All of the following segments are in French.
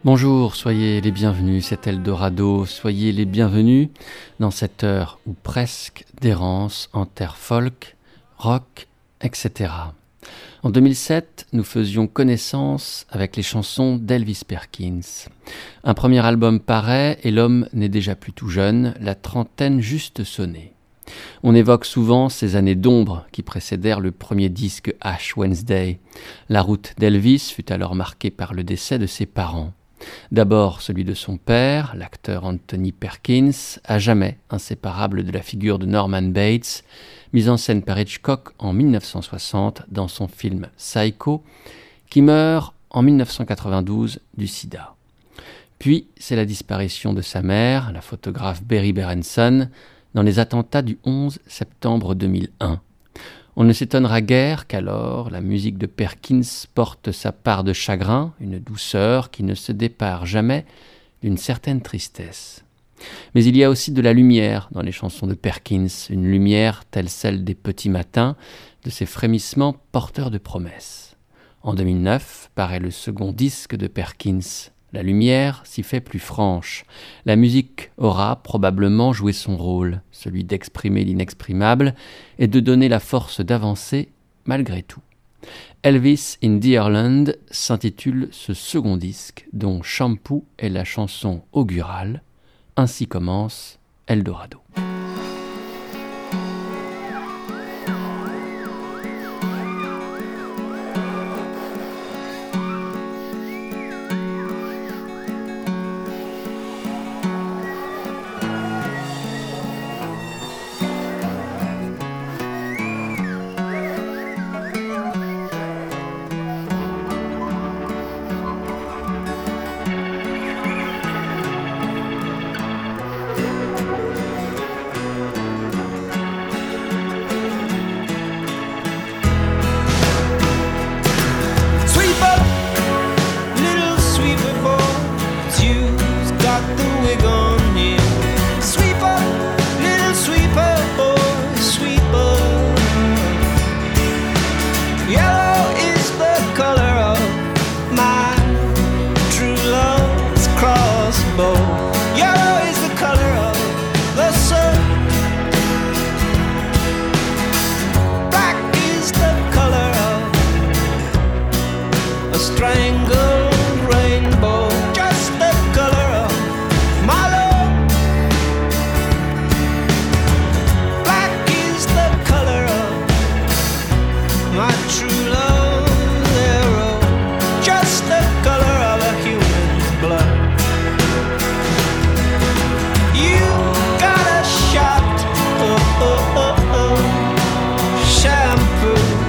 Bonjour, soyez les bienvenus, c'est Eldorado, soyez les bienvenus dans cette heure ou presque d'errance en terre folk, rock, etc. En 2007, nous faisions connaissance avec les chansons d'Elvis Perkins. Un premier album paraît et l'homme n'est déjà plus tout jeune, la trentaine juste sonnée. On évoque souvent ces années d'ombre qui précédèrent le premier disque Ash Wednesday. La route d'Elvis fut alors marquée par le décès de ses parents. D'abord celui de son père, l'acteur Anthony Perkins, à jamais inséparable de la figure de Norman Bates, mise en scène par Hitchcock en 1960 dans son film Psycho, qui meurt en 1992 du sida. Puis c'est la disparition de sa mère, la photographe Berry Berenson, dans les attentats du 11 septembre 2001. On ne s'étonnera guère qu'alors la musique de Perkins porte sa part de chagrin, une douceur qui ne se dépare jamais d'une certaine tristesse. Mais il y a aussi de la lumière dans les chansons de Perkins, une lumière telle celle des petits matins, de ces frémissements porteurs de promesses. En 2009 paraît le second disque de Perkins. La lumière s'y fait plus franche. La musique aura probablement joué son rôle, celui d'exprimer l'inexprimable et de donner la force d'avancer malgré tout. Elvis in Deerland s'intitule ce second disque, dont Shampoo est la chanson augurale. Ainsi commence Eldorado.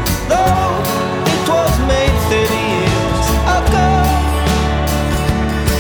Shampoo, though it was made 30 years ago.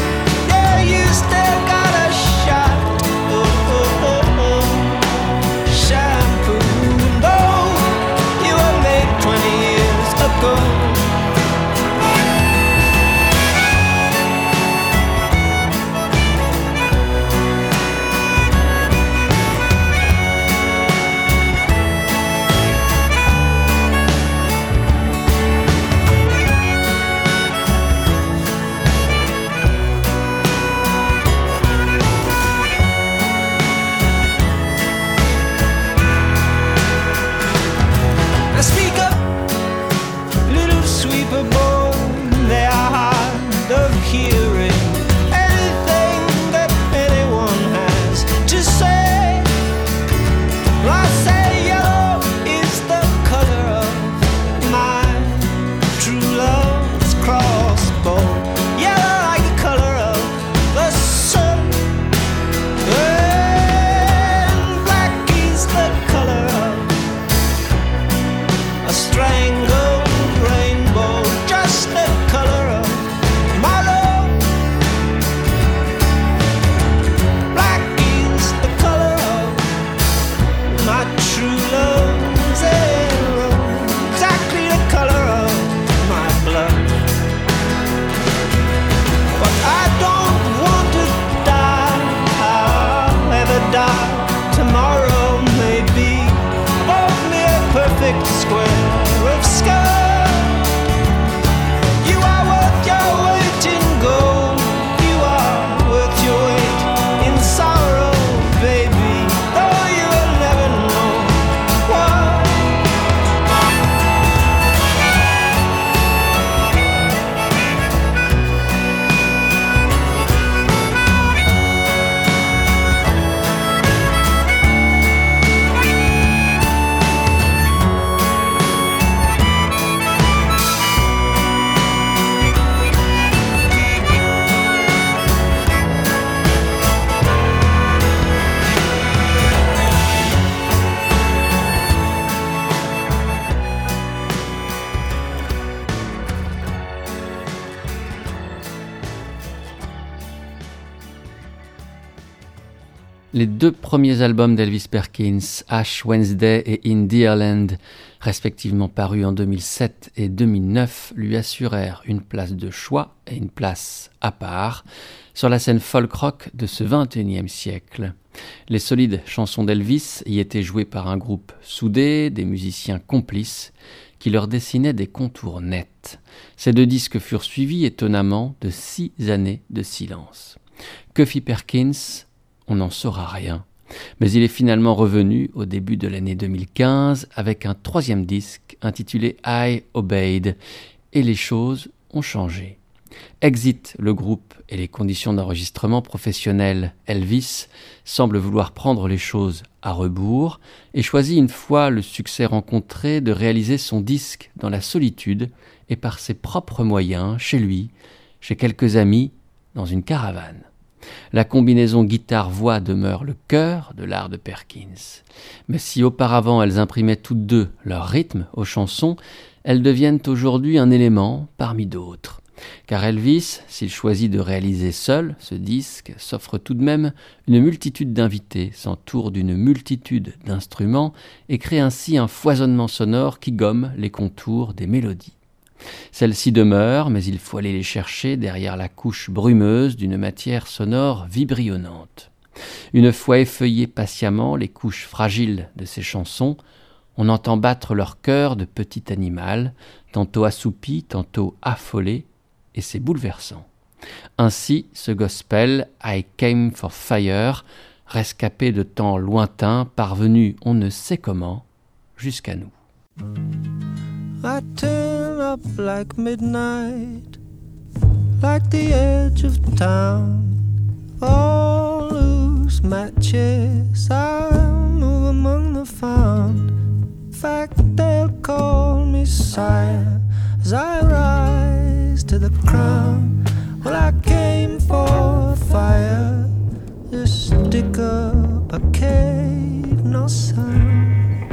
Les deux premiers albums d'Elvis Perkins, Ash Wednesday et In Dear Land, respectivement parus en 2007 et 2009, lui assurèrent une place de choix et une place à part sur la scène folk-rock de ce XXIe siècle. Les solides chansons d'Elvis y étaient jouées par un groupe soudé, des musiciens complices, qui leur dessinaient des contours nets. Ces deux disques furent suivis, étonnamment, de 6 années de silence. Que fit Perkins ? On n'en saura rien. Mais il est finalement revenu au début de l'année 2015 avec un 3e disque intitulé I Obeyed, et les choses ont changé. Exit le groupe et les conditions d'enregistrement professionnelles. Elvis semble vouloir prendre les choses à rebours et choisit, une fois le succès rencontré, de réaliser son disque dans la solitude et par ses propres moyens, chez lui, chez quelques amis, dans une caravane. La combinaison guitare-voix demeure le cœur de l'art de Perkins. Mais si auparavant elles imprimaient toutes deux leur rythme aux chansons, elles deviennent aujourd'hui un élément parmi d'autres. Car Elvis, s'il choisit de réaliser seul ce disque, s'offre tout de même une multitude d'invités, s'entoure d'une multitude d'instruments et crée ainsi un foisonnement sonore qui gomme les contours des mélodies. Celles-ci demeurent, mais il faut aller les chercher derrière la couche brumeuse d'une matière sonore vibrionnante. Une fois effeuillées patiemment les couches fragiles de ces chansons, on entend battre leur cœur de petit animal, tantôt assoupi, tantôt affolé, et c'est bouleversant. Ainsi, ce gospel « I Came for Fire », rescapé de temps lointains, parvenu on ne sait comment, jusqu'à nous. I turn up like midnight, like the edge of town. All loose matches, I move among the found. In fact, they'll call me sire as I rise to the crown. Well, I came for fire, just stick up a cave, no sound.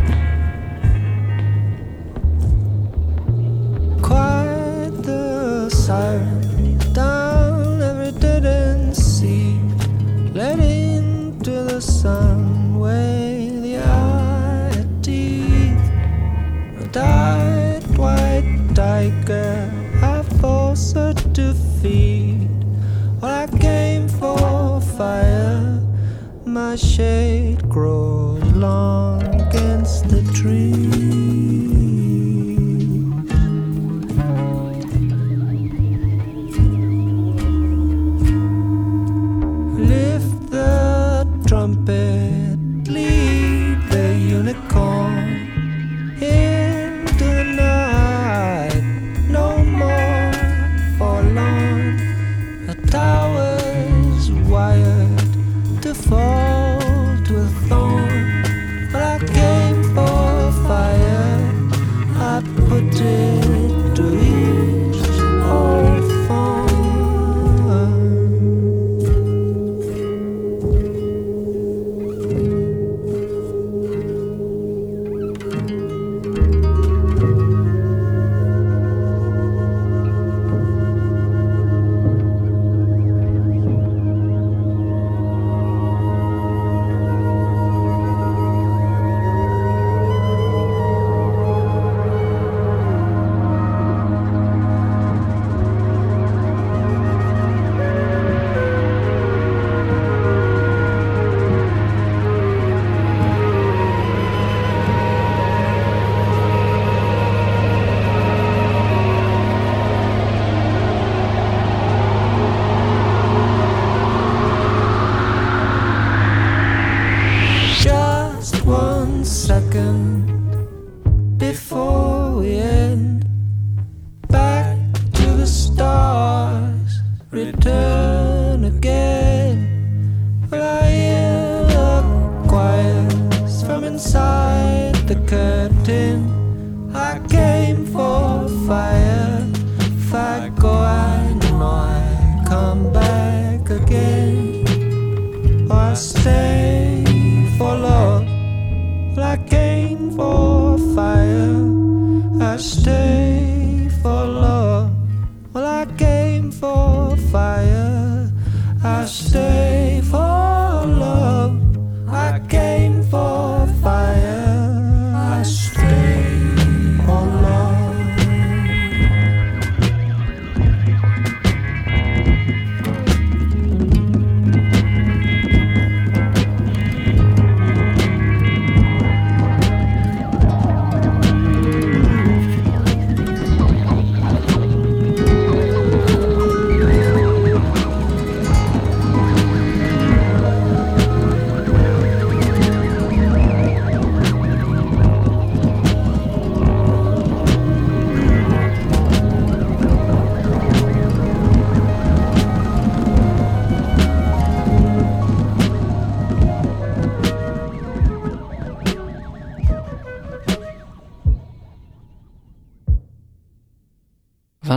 Quiet the siren down every dead end sea, let into the sun way the eye teeth. A died white tiger I force her to feed. Well, I came for fire, my shade grows long against the tree. Trumpet, lead the unicorn into the night, no more forlorn. The tower's wired to fall to a thorn. But I came for fire, I put it to each old thorn. I stay for love.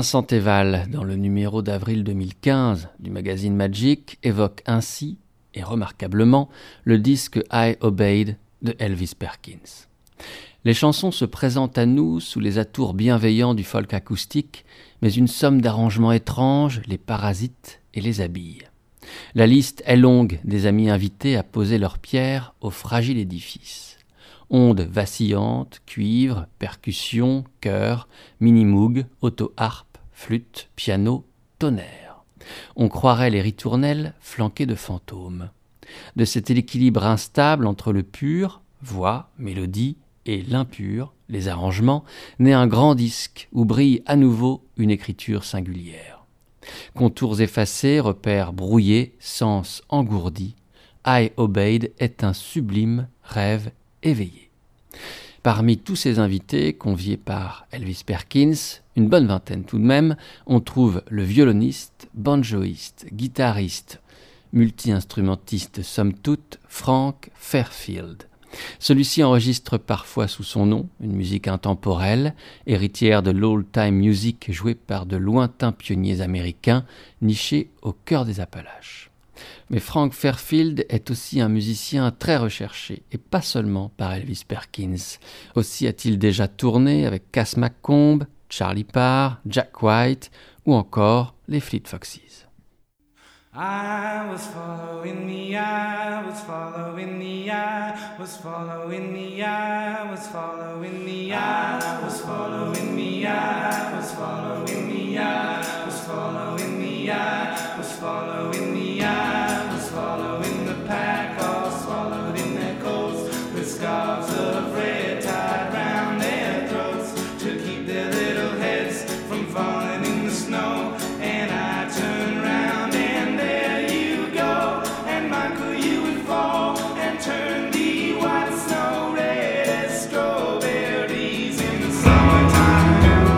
Vincent Teval, dans le numéro d'avril 2015 du magazine Magic, évoque ainsi, et remarquablement, le disque I Obeyed de Elvis Perkins. Les chansons se présentent à nous sous les atours bienveillants du folk acoustique, mais une somme d'arrangements étranges les parasitent et les habille. La liste est longue des amis invités à poser leurs pierres au fragile édifice. Ondes vacillantes, cuivre, percussions, chœurs, mini-moog, auto-harpe, flûte, piano, tonnerre. On croirait les ritournelles flanquées de fantômes. De cet équilibre instable entre le pur, voix, mélodie, et l'impur, les arrangements, naît un grand disque où brille à nouveau une écriture singulière. Contours effacés, repères brouillés, sens engourdis, I Obeyed est un sublime rêve éveillé. Parmi tous ces invités, conviés par Elvis Perkins, une bonne vingtaine tout de même, on trouve le violoniste, banjoïste, guitariste, multi-instrumentiste somme toute, Frank Fairfield. Celui-ci enregistre parfois sous son nom une musique intemporelle, héritière de l'old-time music jouée par de lointains pionniers américains nichés au cœur des Appalaches. Mais Frank Fairfield est aussi un musicien très recherché, et pas seulement par Elvis Perkins. Aussi a-t-il déjà tourné avec Cass McComb, Charlie Parr, Jack White ou encore les Fleet Foxes. I was following the eye, was following the eye, was following the eye, was following the eye, was following the eye, was following the eye, was following the eye, was following the eye, was following the pack, all swallowed in their coats, with scarves of red tied round their throats to keep their little heads from falling in the snow. And I turned round and there you go, and Michael, you would fall and turn the white snow red as strawberries in the summertime.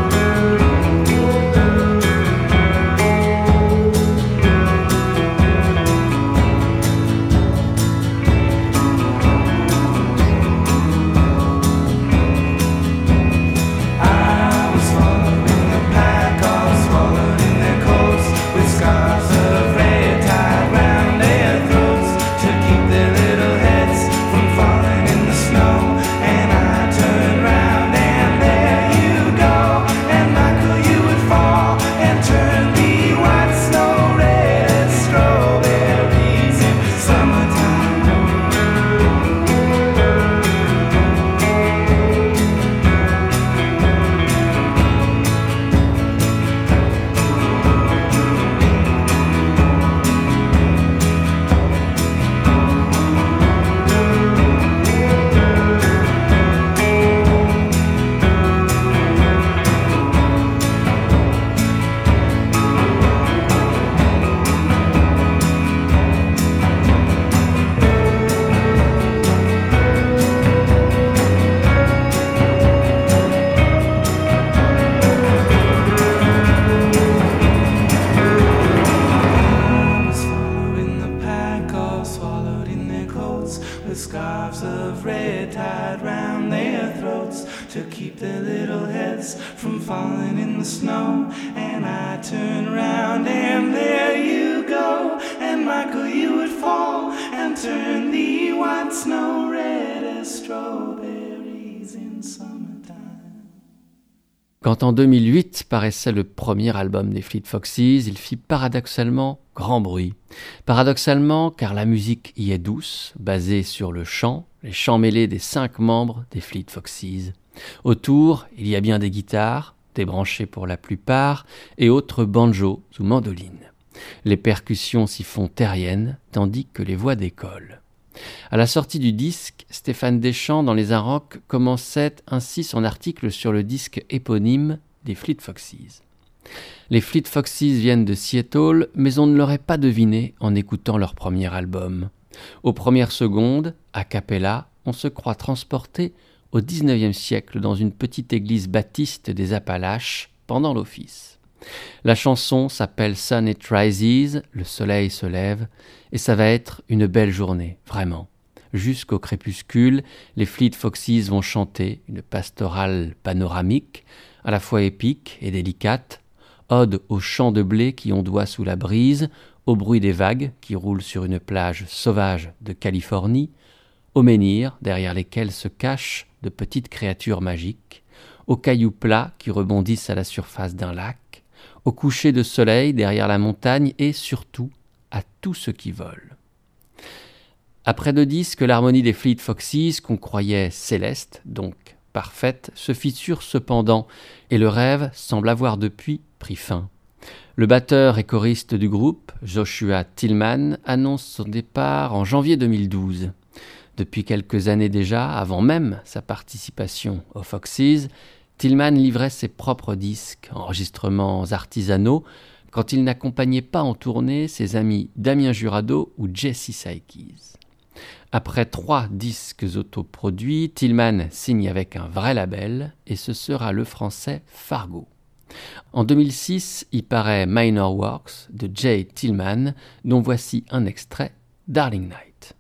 Quand en 2008 paraissait le premier album des Fleet Foxes, il fit paradoxalement grand bruit. Paradoxalement car la musique y est douce, basée sur le chant, les chants mêlés des 5 membres des Fleet Foxes. Autour, il y a bien des guitares, débranchées pour la plupart, et autres banjos ou mandolines. Les percussions s'y font terriennes, tandis que les voix décollent. À la sortie du disque, Stéphane Deschamps dans Les Inrocks commençait ainsi son article sur le disque éponyme des Fleet Foxes. Les Fleet Foxes viennent de Seattle, mais on ne l'aurait pas deviné en écoutant leur premier album. Aux premières secondes, a cappella, on se croit transporté au XIXe siècle dans une petite église baptiste des Appalaches pendant l'office. La chanson s'appelle Sun It Rises, le soleil se lève, et ça va être une belle journée, vraiment. Jusqu'au crépuscule, les Fleet Foxes vont chanter une pastorale panoramique, à la fois épique et délicate, ode aux champs de blé qui ondoient sous la brise, au bruit des vagues qui roulent sur une plage sauvage de Californie, aux menhirs derrière lesquels se cachent de petites créatures magiques, aux cailloux plats qui rebondissent à la surface d'un lac, au coucher de soleil derrière la montagne et surtout à tout ce qui vole. Après 2 disques, l'harmonie des Fleet Foxes, qu'on croyait céleste, donc parfaite, se fissure cependant et le rêve semble avoir depuis pris fin. Le batteur et choriste du groupe, Joshua Tillman, annonce son départ en janvier 2012. Depuis quelques années déjà, avant même sa participation aux Foxes, Tillman livrait ses propres disques, enregistrements artisanaux, quand il n'accompagnait pas en tournée ses amis Damien Jurado ou Jesse Sykes. Après 3 disques autoproduits, Tillman signe avec un vrai label et ce sera le français Fargo. En 2006, il paraît Minor Works de Jay Tillman, dont voici un extrait, Darling Night.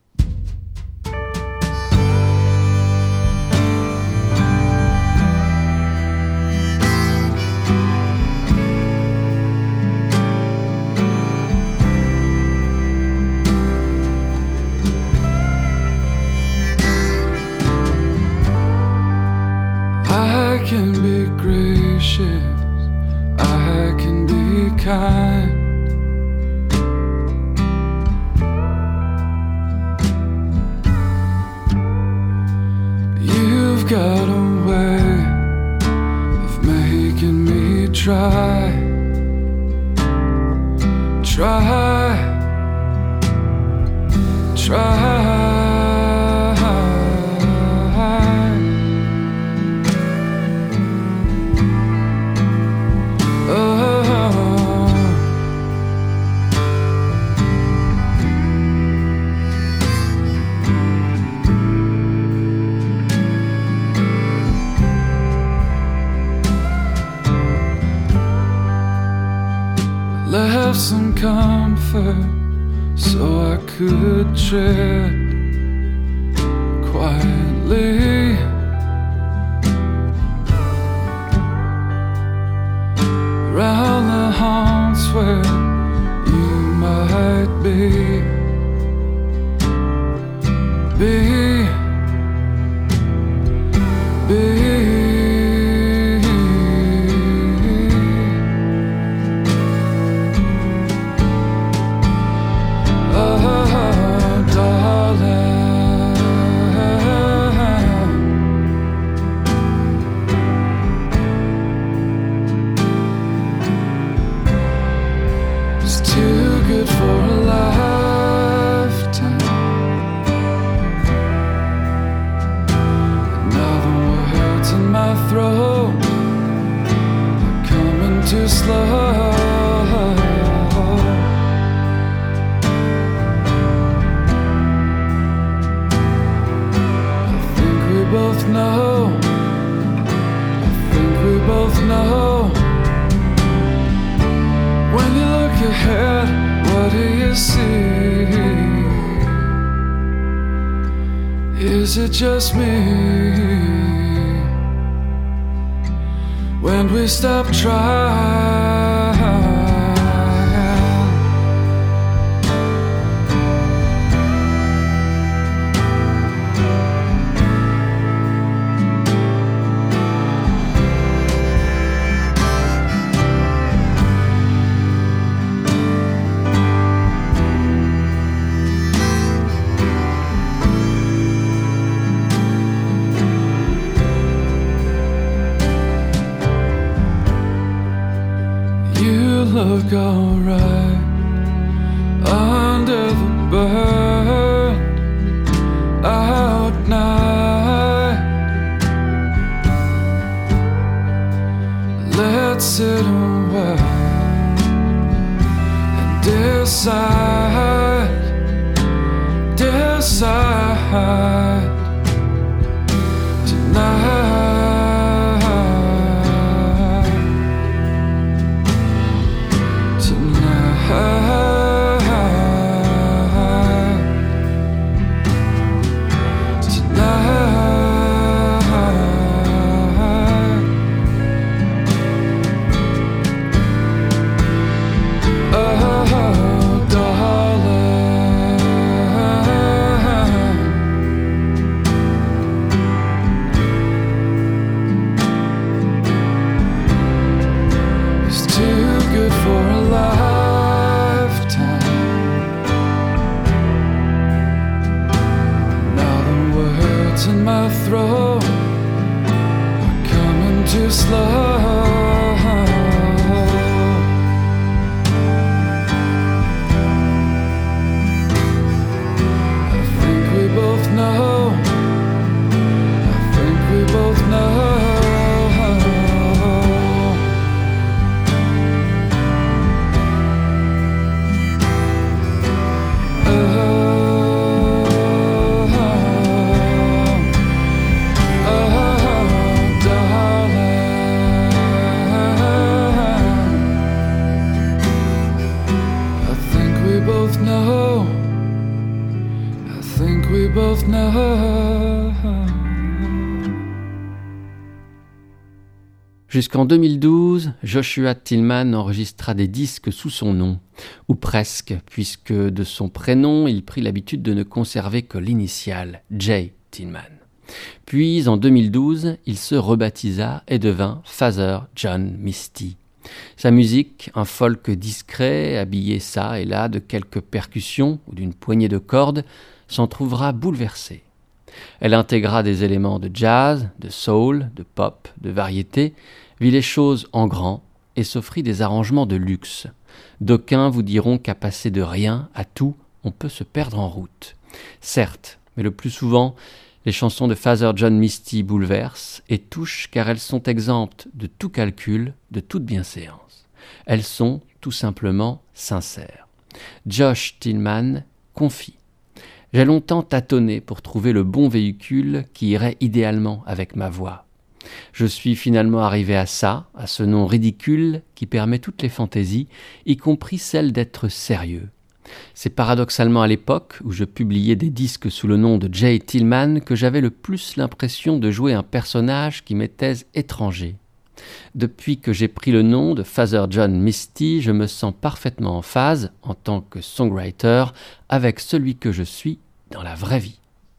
I can be gracious, I can be kind. You've got a way of making me try, try, try. Left some comfort so I could tread quietly round the haunts where you might be. Is it just me? When we stop trying, look alright under the burned out night. Let's sit a while and decide tonight. both know. I think we both know. Jusqu'en 2012, Joshua Tillman enregistra des disques sous son nom, ou presque, puisque de son prénom, il prit l'habitude de ne conserver que l'initiale, J. Tillman. Puis, en 2012, il se rebaptisa et devint Father John Misty. Sa musique, un folk discret, habillé çà et là de quelques percussions ou d'une poignée de cordes, s'en trouvera bouleversée. Elle intégra des éléments de jazz, de soul, de pop, de variété, vit les choses en grand et s'offrit des arrangements de luxe. D'aucuns vous diront qu'à passer de rien à tout, on peut se perdre en route. Certes, mais le plus souvent, les chansons de Father John Misty bouleversent et touchent car elles sont exemptes de tout calcul, de toute bienséance. Elles sont tout simplement sincères. Josh Tillman confie. J'ai longtemps tâtonné pour trouver le bon véhicule qui irait idéalement avec ma voix. Je suis finalement arrivé à ça, à ce nom ridicule qui permet toutes les fantaisies, y compris celle d'être sérieux. C'est paradoxalement à l'époque où je publiais des disques sous le nom de J. Tillman que j'avais le plus l'impression de jouer un personnage qui m'était étranger. Depuis que j'ai pris le nom de Father John Misty, je me sens parfaitement en phase, en tant que songwriter, avec celui que je suis dans la vraie vie.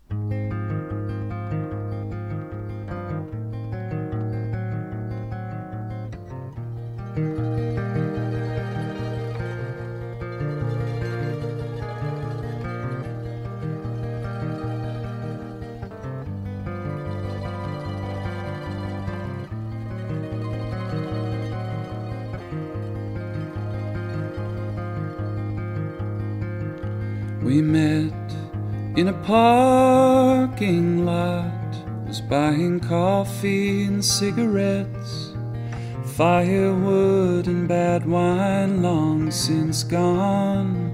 We met in a parking lot, was buying coffee and cigarettes, firewood and bad wine long since gone.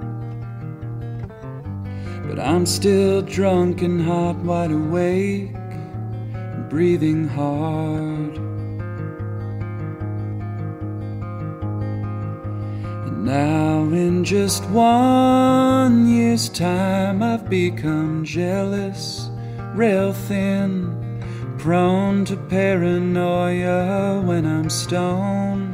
But I'm still drunk and hot, wide awake, and breathing hard. Now in just 1 year's time I've become jealous, rail thin, prone to paranoia when I'm stoned.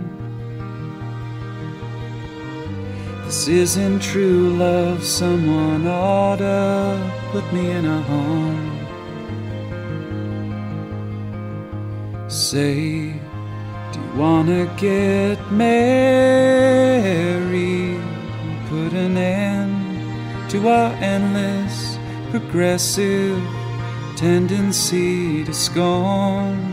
This isn't true love, someone oughta put me in a home. Say, do you wanna get married and put an end to our endless progressive tendency to scorn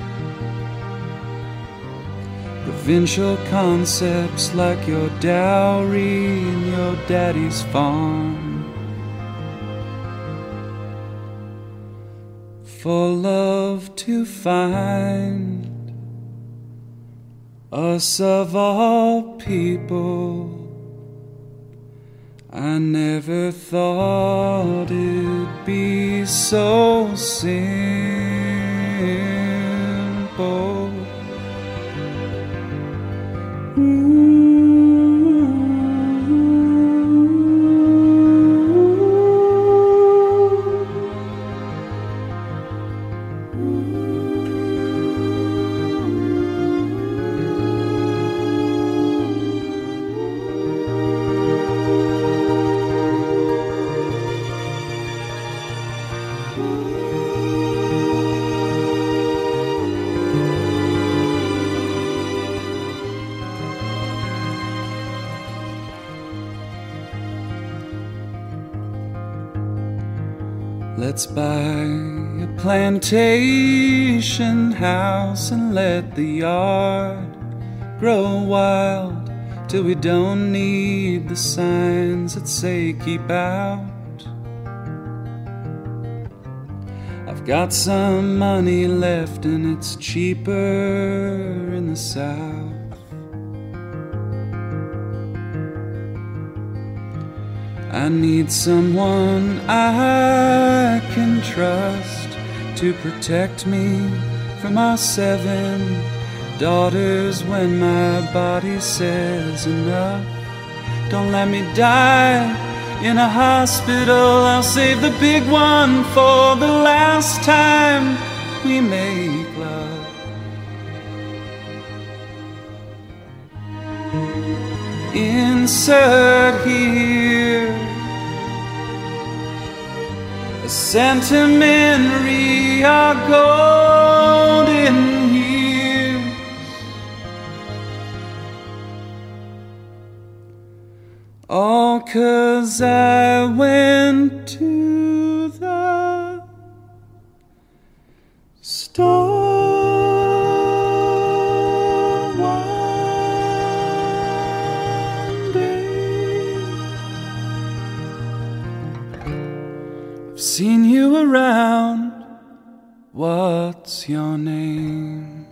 provincial concepts like your dowry and your daddy's farm? For love to find us of all people, I never thought it'd be so simple. Let's buy a plantation house and let the yard grow wild till we don't need the signs that say keep out. I've got some money left and it's cheaper in the South. I need someone I can trust to protect me from our 7 daughters when my body says enough. don't let me die in a hospital. I'll save the big one for the last time we make love. Insert here a sentimentary or golden years. All 'cause I went to the store one day. I've seen you around. What's your name?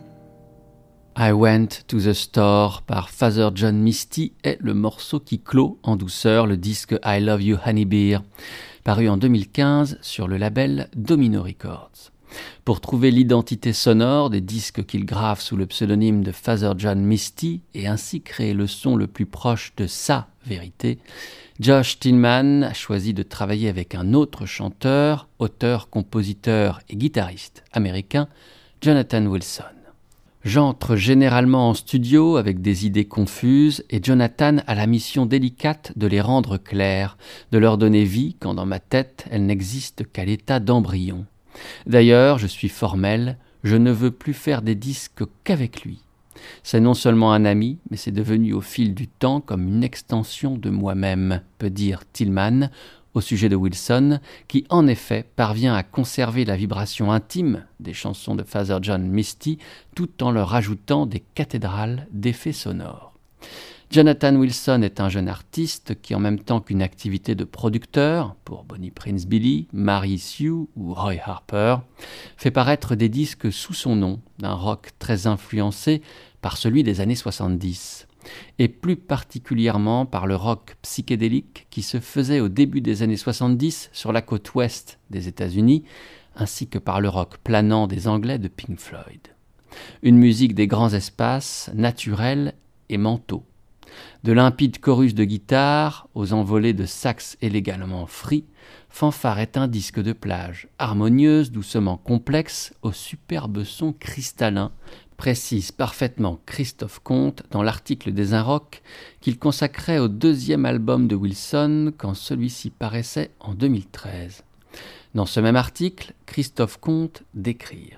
I Went to the Store par Father John Misty est le morceau qui clôt en douceur le disque I Love You Honey Beer, paru en 2015 sur le label Domino Records. Pour trouver l'identité sonore des disques qu'il grave sous le pseudonyme de Father John Misty et ainsi créer le son le plus proche de sa vérité, Josh Tillman a choisi de travailler avec un autre chanteur, auteur, compositeur et guitariste américain, Jonathan Wilson. J'entre généralement en studio avec des idées confuses et Jonathan a la mission délicate de les rendre claires, de leur donner vie quand dans ma tête elles n'existent qu'à l'état d'embryon. D'ailleurs, je suis formel, je ne veux plus faire des disques qu'avec lui. C'est non seulement un ami, mais c'est devenu au fil du temps comme une extension de moi-même, peut dire Tillman, au sujet de Wilson, qui en effet parvient à conserver la vibration intime des chansons de Father John Misty tout en leur ajoutant des cathédrales d'effets sonores. Jonathan Wilson est un jeune artiste qui, en même temps qu'une activité de producteur, pour Bonnie Prince Billy, Mary Sue ou Roy Harper, fait paraître des disques sous son nom, d'un rock très influencé par celui des années 70, et plus particulièrement par le rock psychédélique qui se faisait au début des années 70 sur la côte ouest des États-Unis, ainsi que par le rock planant des Anglais de Pink Floyd. Une musique des grands espaces, naturelle et mentaux. De limpides chorus de guitare aux envolées de sax élégamment frits, Fanfare est un disque de plage, harmonieuse, doucement complexe, au superbe son cristallin, précise parfaitement Christophe Comte dans l'article des Inrocks qu'il consacrait au deuxième album de Wilson quand celui-ci paraissait en 2013. Dans ce même article, Christophe Comte décrit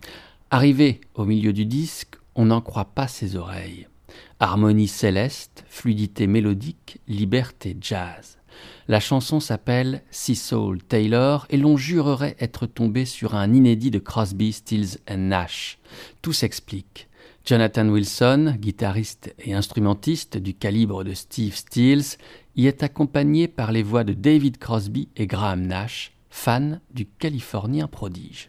« Arrivé au milieu du disque, on n'en croit pas ses oreilles. Harmonie céleste, fluidité mélodique, liberté jazz. La chanson s'appelle Sea Soul Taylor et l'on jurerait être tombé sur un inédit de Crosby, Stills & Nash. Tout s'explique. Jonathan Wilson, guitariste et instrumentiste du calibre de Steve Stills, y est accompagné par les voix de David Crosby et Graham Nash, fans du Californien prodige.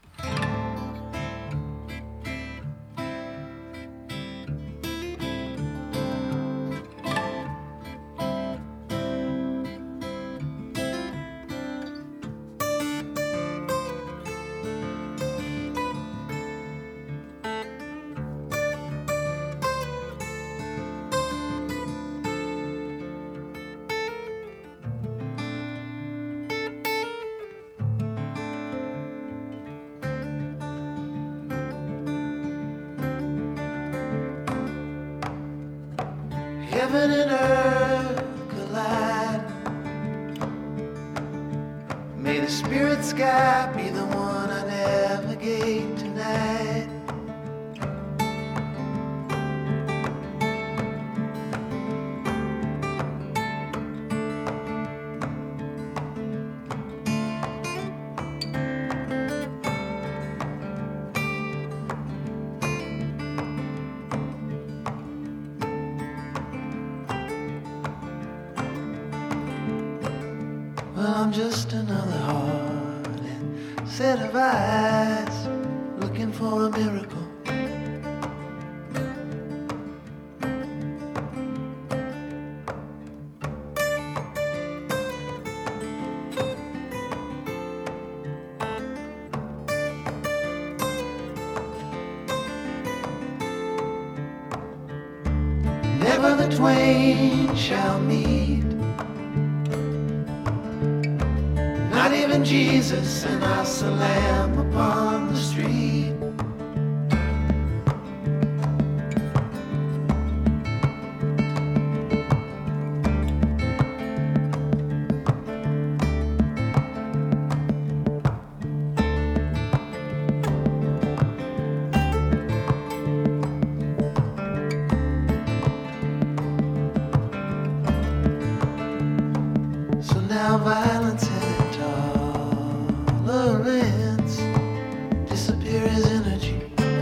Heaven and earth collide. May the spirit sky be the one I navigate tonight. Well, I'm just another heart and set of eyes looking for a miracle. never the twain shall meet. Not even Jesus and our salam upon the street. Now violence and tolerance disappear as energy.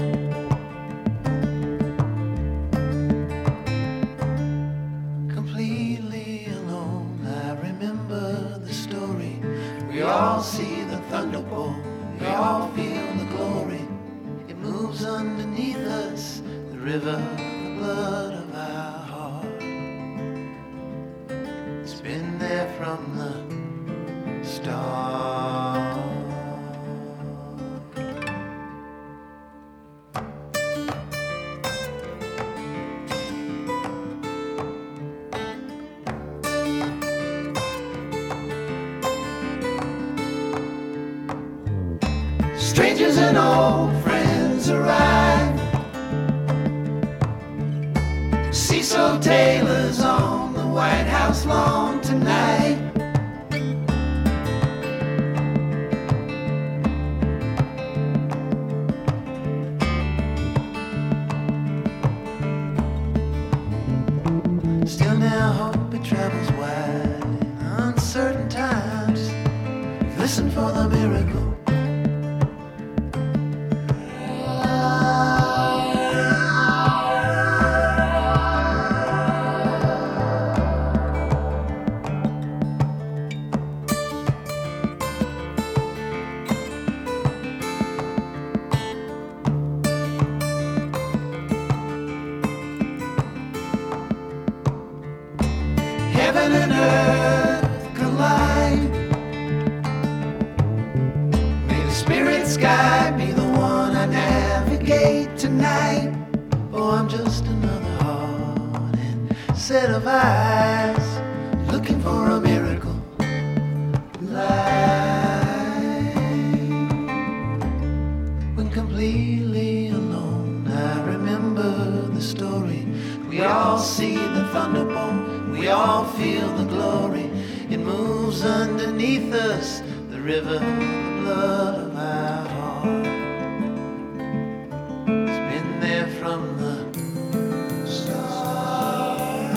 Completely alone, I remember the story. We all see the thunderbolt, we all feel the glory. It moves underneath us, the river, the blood of our heart. It's been there from the start. Strangers and old friends arrive. Cecil Taylor's on the White House lawn tonight. Still now hope it travels wide in uncertain times. Listen for the miracle. Heaven and earth collide. May the spirit sky be the one I navigate tonight. Oh, I'm just another heart and set of eyes looking for a miracle. Light. When completely alone, I remember the story. We all see the thunderbolt. We all feel the glory. It moves underneath us, the river, the blood of our heart. It's been there from the start.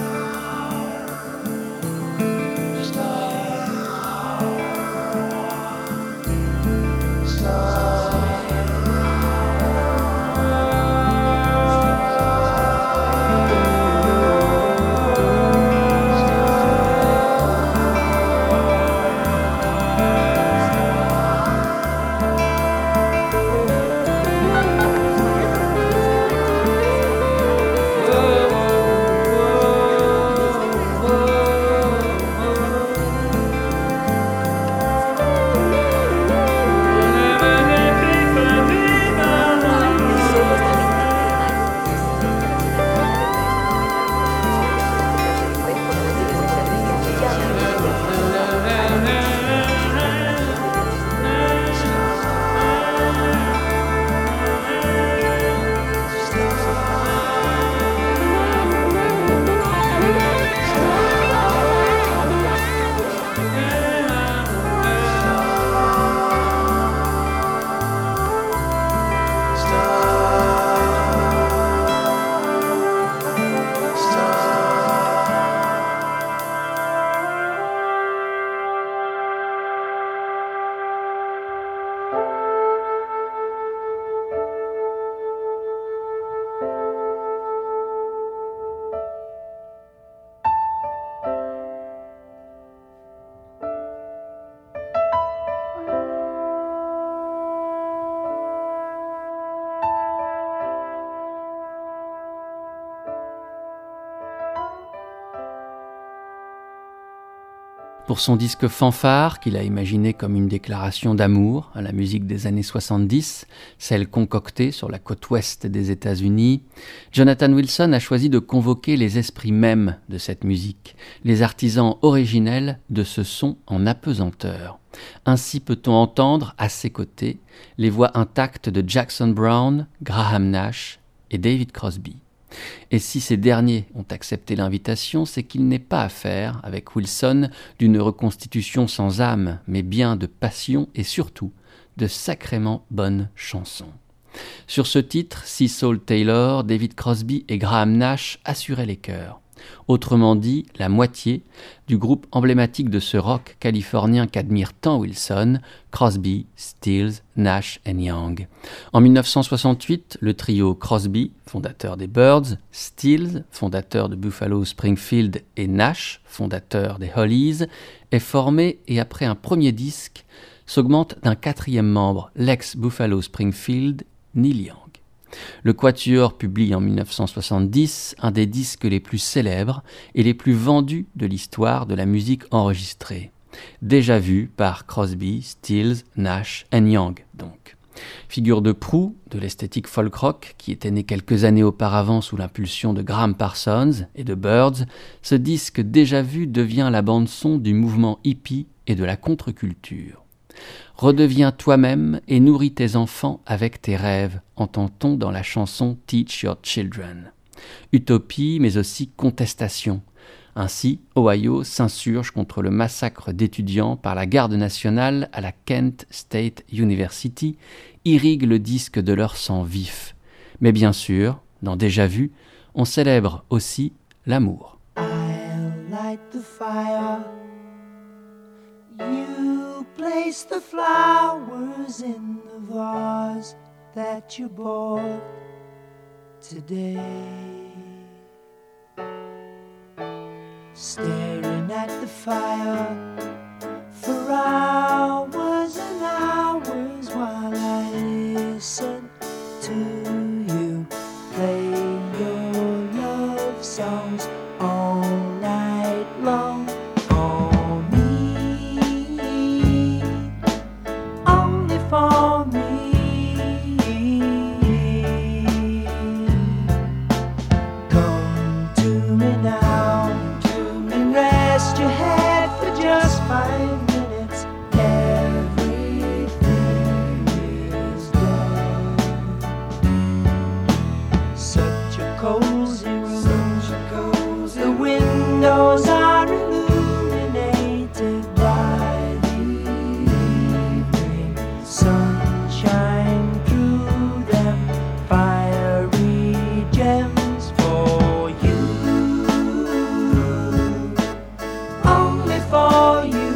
Pour son disque Fanfare, qu'il a imaginé comme une déclaration d'amour à la musique des années 70, celle concoctée sur la côte ouest des États-Unis, Jonathan Wilson a choisi de convoquer les esprits mêmes de cette musique, les artisans originels de ce son en apesanteur. Ainsi peut-on entendre, à ses côtés, les voix intactes de Jackson Browne, Graham Nash et David Crosby. Et si ces derniers ont accepté l'invitation, c'est qu'il n'est pas affaire, avec Wilson, d'une reconstitution sans âme, mais bien de passion et surtout de sacrément bonnes chansons. Sur ce titre, Cecil Taylor, David Crosby et Graham Nash assuraient les chœurs. Autrement dit, la moitié du groupe emblématique de ce rock californien qu'admire tant Wilson, Crosby, Stills, Nash & Young. En 1968, le trio Crosby, fondateur des Byrds, Stills, fondateur de Buffalo Springfield et Nash, fondateur des Hollies, est formé et après un premier disque, s'augmente d'un quatrième membre, l'ex-Buffalo Springfield, Neil Young. Le Quatuor publie en 1970 un des disques les plus célèbres et les plus vendus de l'histoire de la musique enregistrée. Déjà vu par Crosby, Stills, Nash & Young, donc. Figure de proue de l'esthétique folk rock qui était née quelques années auparavant sous l'impulsion de Graham Parsons et de Byrds, ce disque déjà vu devient la bande-son du mouvement hippie et de la contre-culture. Redeviens toi-même et nourris tes enfants avec tes rêves, entend-on dans la chanson Teach Your Children. Utopie, mais aussi contestation. Ainsi, Ohio s'insurge contre le massacre d'étudiants par la garde nationale à la Kent State University, irrigue le disque de leur sang vif. Mais bien sûr, dans Déjà Vu, on célèbre aussi l'amour. I'll light the fire. You place the flowers in the vase that you bought today. Staring at the fire for hours and hours while I listen to you play your love songs all night long. For me, come to me now and rest your head for just 5 minutes. Everything is done. Such a cozy room, the windows are illuminated by the evening sunshine through them, fiery gems for you, only for you.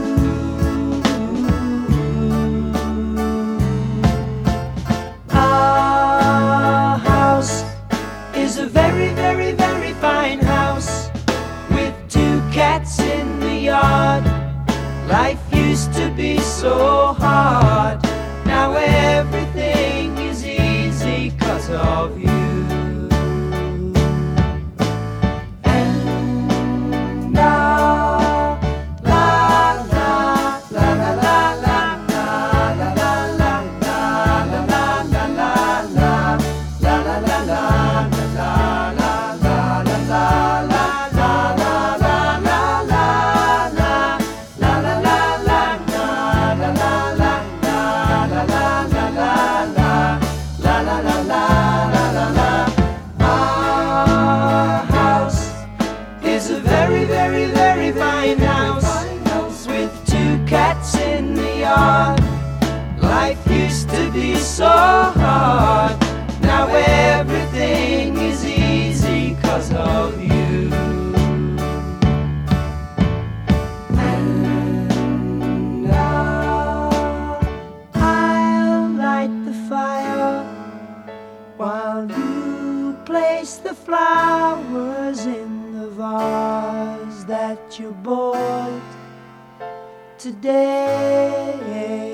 Our house is a very, very, very fine house with 2 cats in the yard. Life used to be so hard. Now everything is easy 'cause of you. And la la la la la la la la la la la la la la la la la la la Life used to be so hard. Now everything is easy 'cause of you. And I'll light the fire while you place the flowers in the vase that you bought today.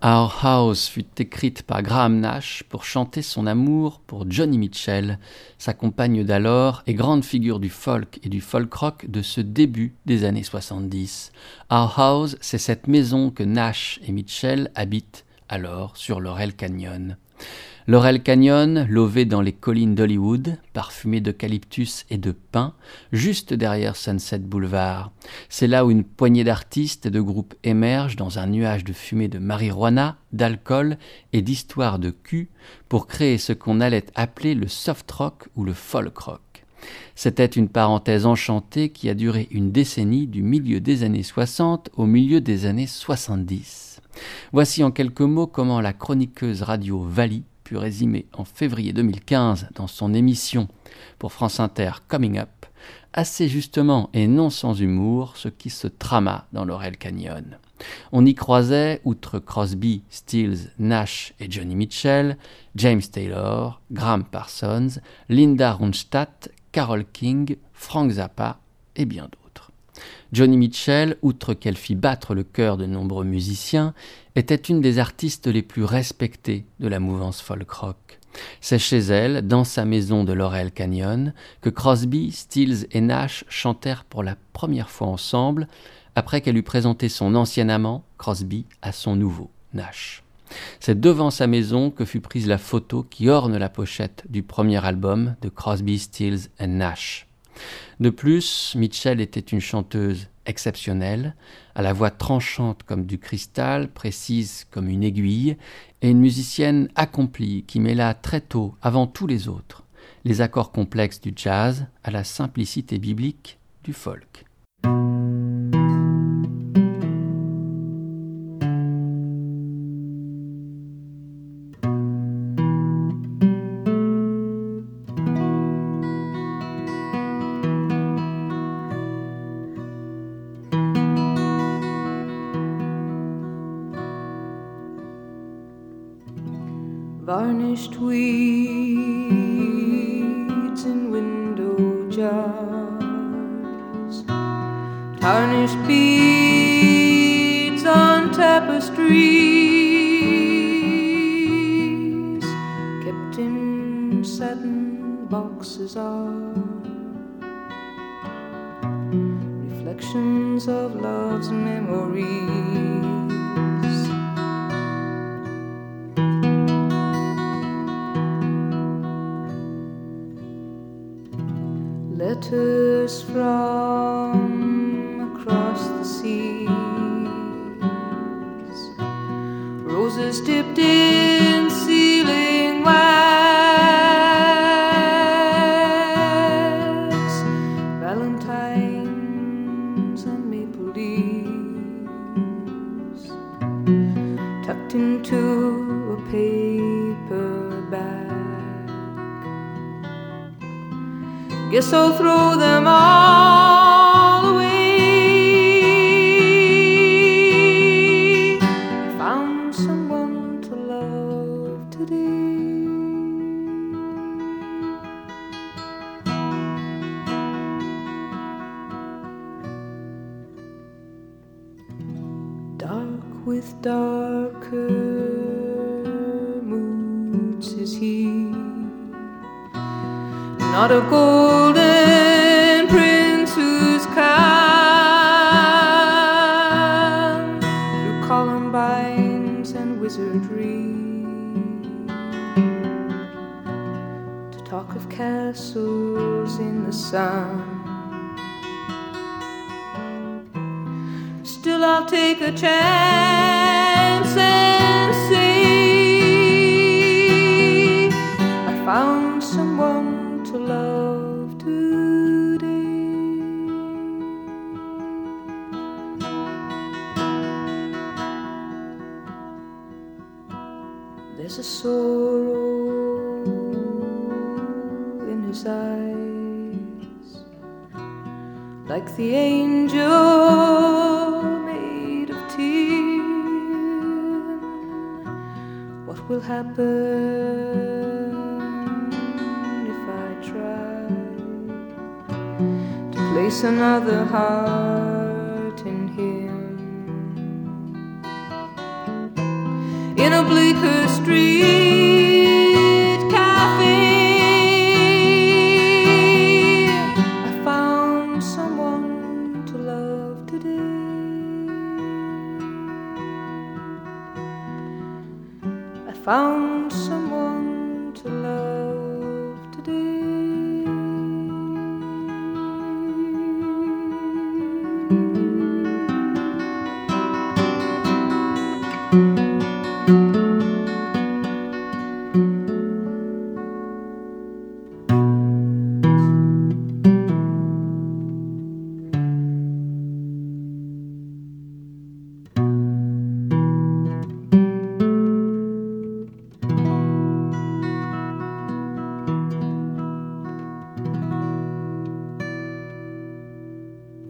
Our House fut écrite par Graham Nash pour chanter son amour pour Joni Mitchell, sa compagne d'alors et grande figure du folk et du folk rock de ce début des années 70. Our House, c'est cette maison que Nash et Mitchell habitent alors sur Laurel Canyon. Laurel Canyon, lové dans les collines d'Hollywood, parfumé d'eucalyptus et de pin, juste derrière Sunset Boulevard. C'est là où une poignée d'artistes et de groupes émergent dans un nuage de fumée de marijuana, d'alcool et d'histoires de cul pour créer ce qu'on allait appeler le soft rock ou le folk rock. C'était une parenthèse enchantée qui a duré une décennie du milieu des années 60 au milieu des années 70. Voici en quelques mots comment la chroniqueuse radio Vali put résumer en février 2015 dans son émission pour France Inter Coming Up, assez justement et non sans humour, ce qui se trama dans Laurel Canyon. On y croisait, outre Crosby, Stills, Nash et Joni Mitchell, James Taylor, Graham Parsons, Linda Ronstadt, Carole King, Frank Zappa et bien d'autres. Joni Mitchell, outre qu'elle fit battre le cœur de nombreux musiciens, était une des artistes les plus respectées de la mouvance folk rock. C'est chez elle, dans sa maison de Laurel Canyon, que Crosby, Stills et Nash chantèrent pour la première fois ensemble, après qu'elle eut présenté son ancien amant, Crosby, à son nouveau, Nash. C'est devant sa maison que fut prise la photo qui orne la pochette du premier album de Crosby, Stills and Nash. De plus, Mitchell était une chanteuse exceptionnelle, à la voix tranchante comme du cristal, précise comme une aiguille, et une musicienne accomplie qui mêla très tôt, avant tous les autres, les accords complexes du jazz à la simplicité biblique du folk. Varnished weeds in window jars, tarnished beads on tapestries, kept in satin boxes are reflections of love's memories. Letters from across the seas, roses dipped in sealing wax, valentines and maple leaves, tucked into a paper bag. Guess I'll throw them all away. I found someone to love today. Dark with darker moods is he, not a golden prince who's come through columbines and wizardry to talk of castles in the sun. Still I'll take a chance and see I found someone to love today. There's a sorrow in his eyes, like the angel made of tin. What will happen place another heart in him?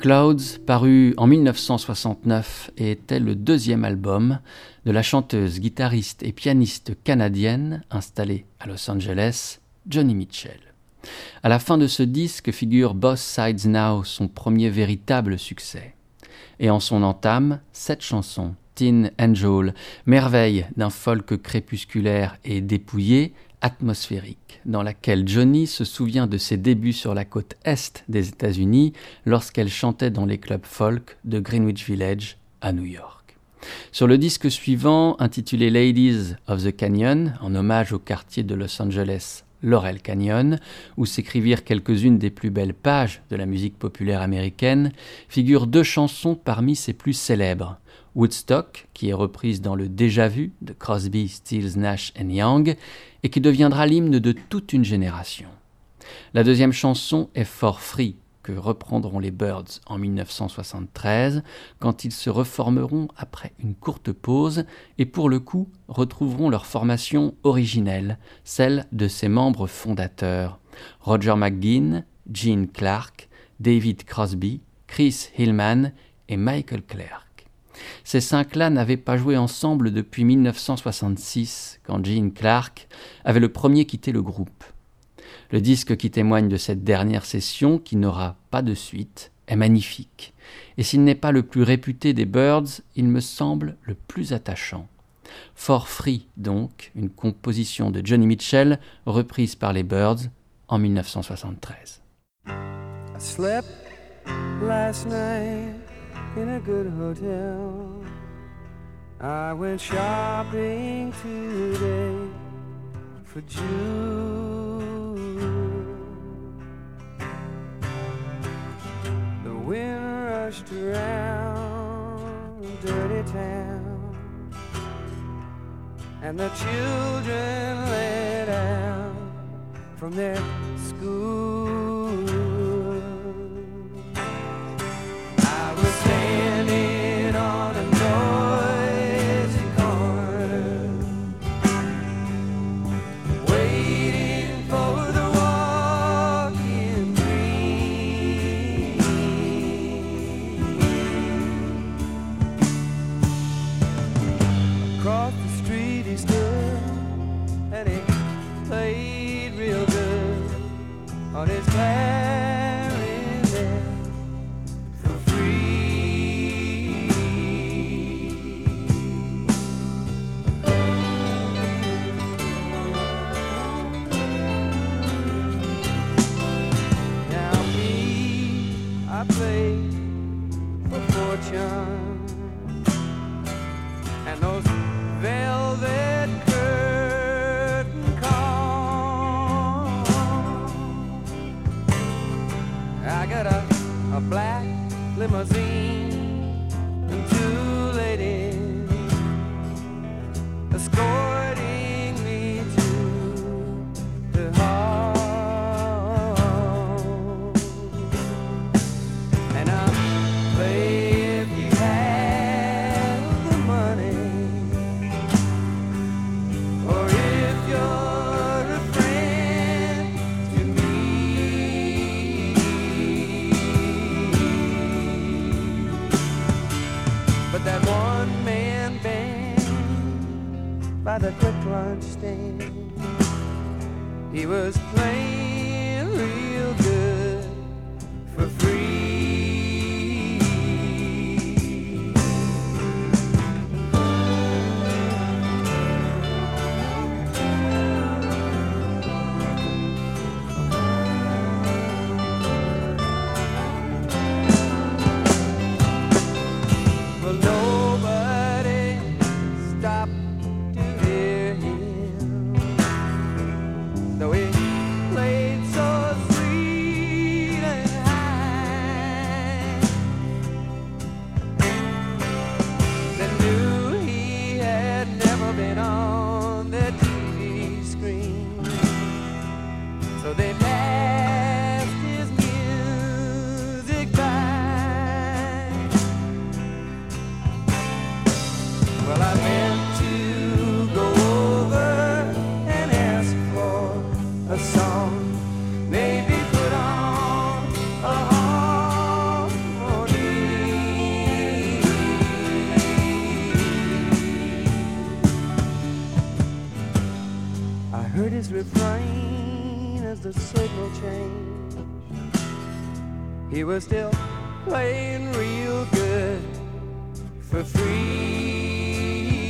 Clouds, paru en 1969 et était le deuxième album de la chanteuse, guitariste et pianiste canadienne installée à Los Angeles, Joni Mitchell. À la fin de ce disque figure Both Sides Now, son premier véritable succès. Et en son entame, cette chanson, Teen Angel, merveille d'un folk crépusculaire et dépouillé, atmosphérique, dans laquelle Joni se souvient de ses débuts sur la côte est des États-Unis lorsqu'elle chantait dans les clubs folk de Greenwich Village à New York. Sur le disque suivant, intitulé Ladies of the Canyon, en hommage au quartier de Los Angeles, Laurel Canyon, où s'écrivirent quelques-unes des plus belles pages de la musique populaire américaine, figurent deux chansons parmi ses plus célèbres. Woodstock, qui est reprise dans le Déjà Vu de Crosby, Stills, Nash & Young, et qui deviendra l'hymne de toute une génération. La deuxième chanson est For Free, que reprendront les Byrds en 1973, quand ils se reformeront après une courte pause et pour le coup retrouveront leur formation originelle, celle de ses membres fondateurs, Roger McGuinn, Gene Clark, David Crosby, Chris Hillman et Michael Clark. Ces cinq-là n'avaient pas joué ensemble depuis 1966, quand Gene Clark avait le premier quitté le groupe. Le disque qui témoigne de cette dernière session, qui n'aura pas de suite, est magnifique. Et s'il n'est pas le plus réputé des Byrds, il me semble le plus attachant. For Free, donc, une composition de Joni Mitchell, reprise par les Byrds en 1973. I slept last night in a good hotel. I went shopping today for June. The wind rushed around a dirty town, and the children let out from their school. I was standing on a noisy corner, waiting for the walking dream. Across the street he stood, and he played real good on his clarinet for free. Now me, I play for fortune, and those velvet curtain calls. I got a black limousine and two ladies escorting me to the hall. And I'll play if you have the money, or if you're a friend to me. But that one-man band by the quick lunch stand, he was playing real good for free. Well, nobody stopped to hear him, though he the signal changed, he was still playing real good for free.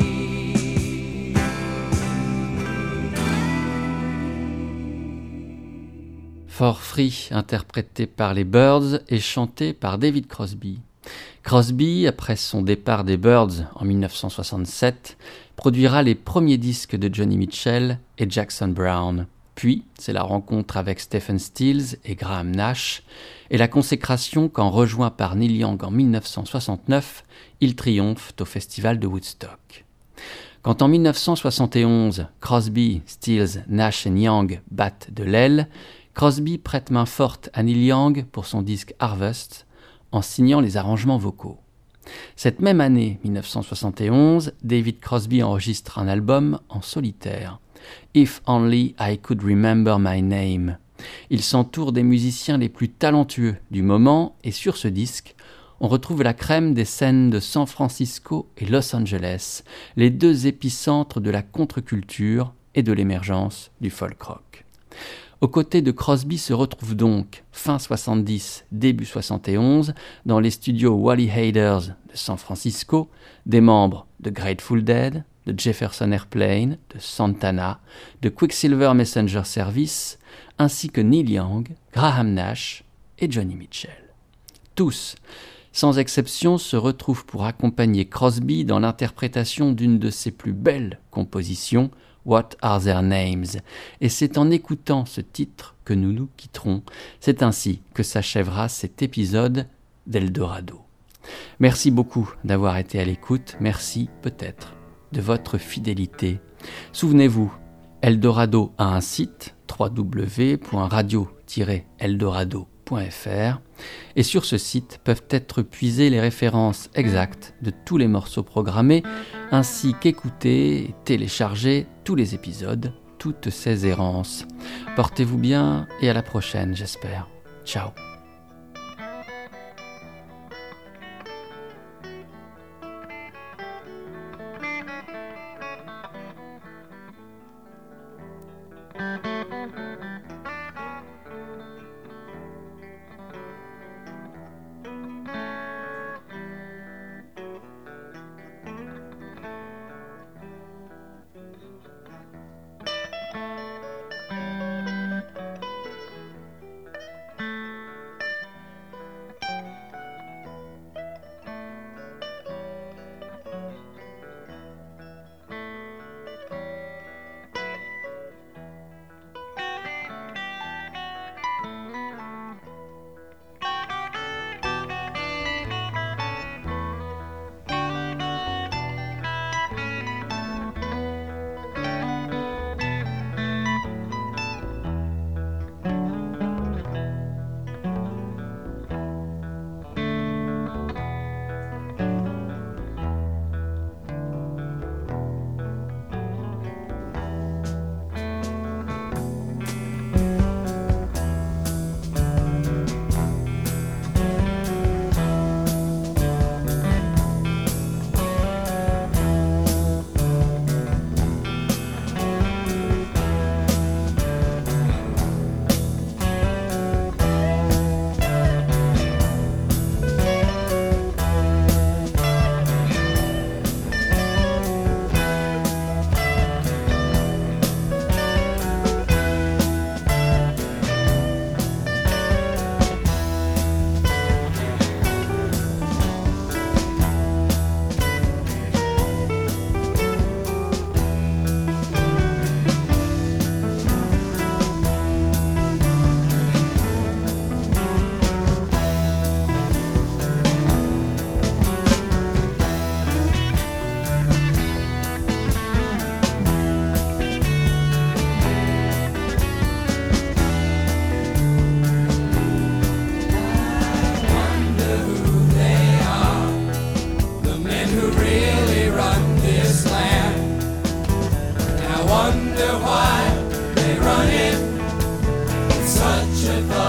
For Free, interprété par les Byrds et chanté par David Crosby. Crosby, après son départ des Byrds en 1967, produira les premiers disques de Johnny Mitchell et Jackson Browne. Puis, c'est la rencontre avec Stephen Stills et Graham Nash, et la consécration quand, rejoint par Neil Young en 1969, il triomphe au festival de Woodstock. Quand en 1971, Crosby, Stills, Nash et Young battent de l'aile, Crosby prête main forte à Neil Young pour son disque Harvest, en signant les arrangements vocaux. Cette même année, 1971, David Crosby enregistre un album en solitaire, If Only I Could Remember My Name. Il s'entoure des musiciens les plus talentueux du moment et sur ce disque, on retrouve la crème des scènes de San Francisco et Los Angeles, les deux épicentres de la contre-culture et de l'émergence du folk rock. Aux côtés de Crosby se retrouvent donc, fin 70, début 71, dans les studios Wally Heider's de San Francisco, des membres de Grateful Dead, de Jefferson Airplane, de Santana, de Quicksilver Messenger Service, ainsi que Neil Young, Graham Nash et Johnny Mitchell. Tous, sans exception, se retrouvent pour accompagner Crosby dans l'interprétation d'une de ses plus belles compositions, What Are Their Names? Et c'est en écoutant ce titre que nous nous quitterons. C'est ainsi que s'achèvera cet épisode d'Eldorado. Merci beaucoup d'avoir été à l'écoute. Merci peut-être de votre fidélité. Souvenez-vous, Eldorado a un site www.radio-eldorado.fr et sur ce site peuvent être puisées les références exactes de tous les morceaux programmés ainsi qu'écouter et télécharger tous les épisodes, toutes ces errances. Portez-vous bien et à la prochaine, j'espère. Ciao. wonder why they run it with such authority.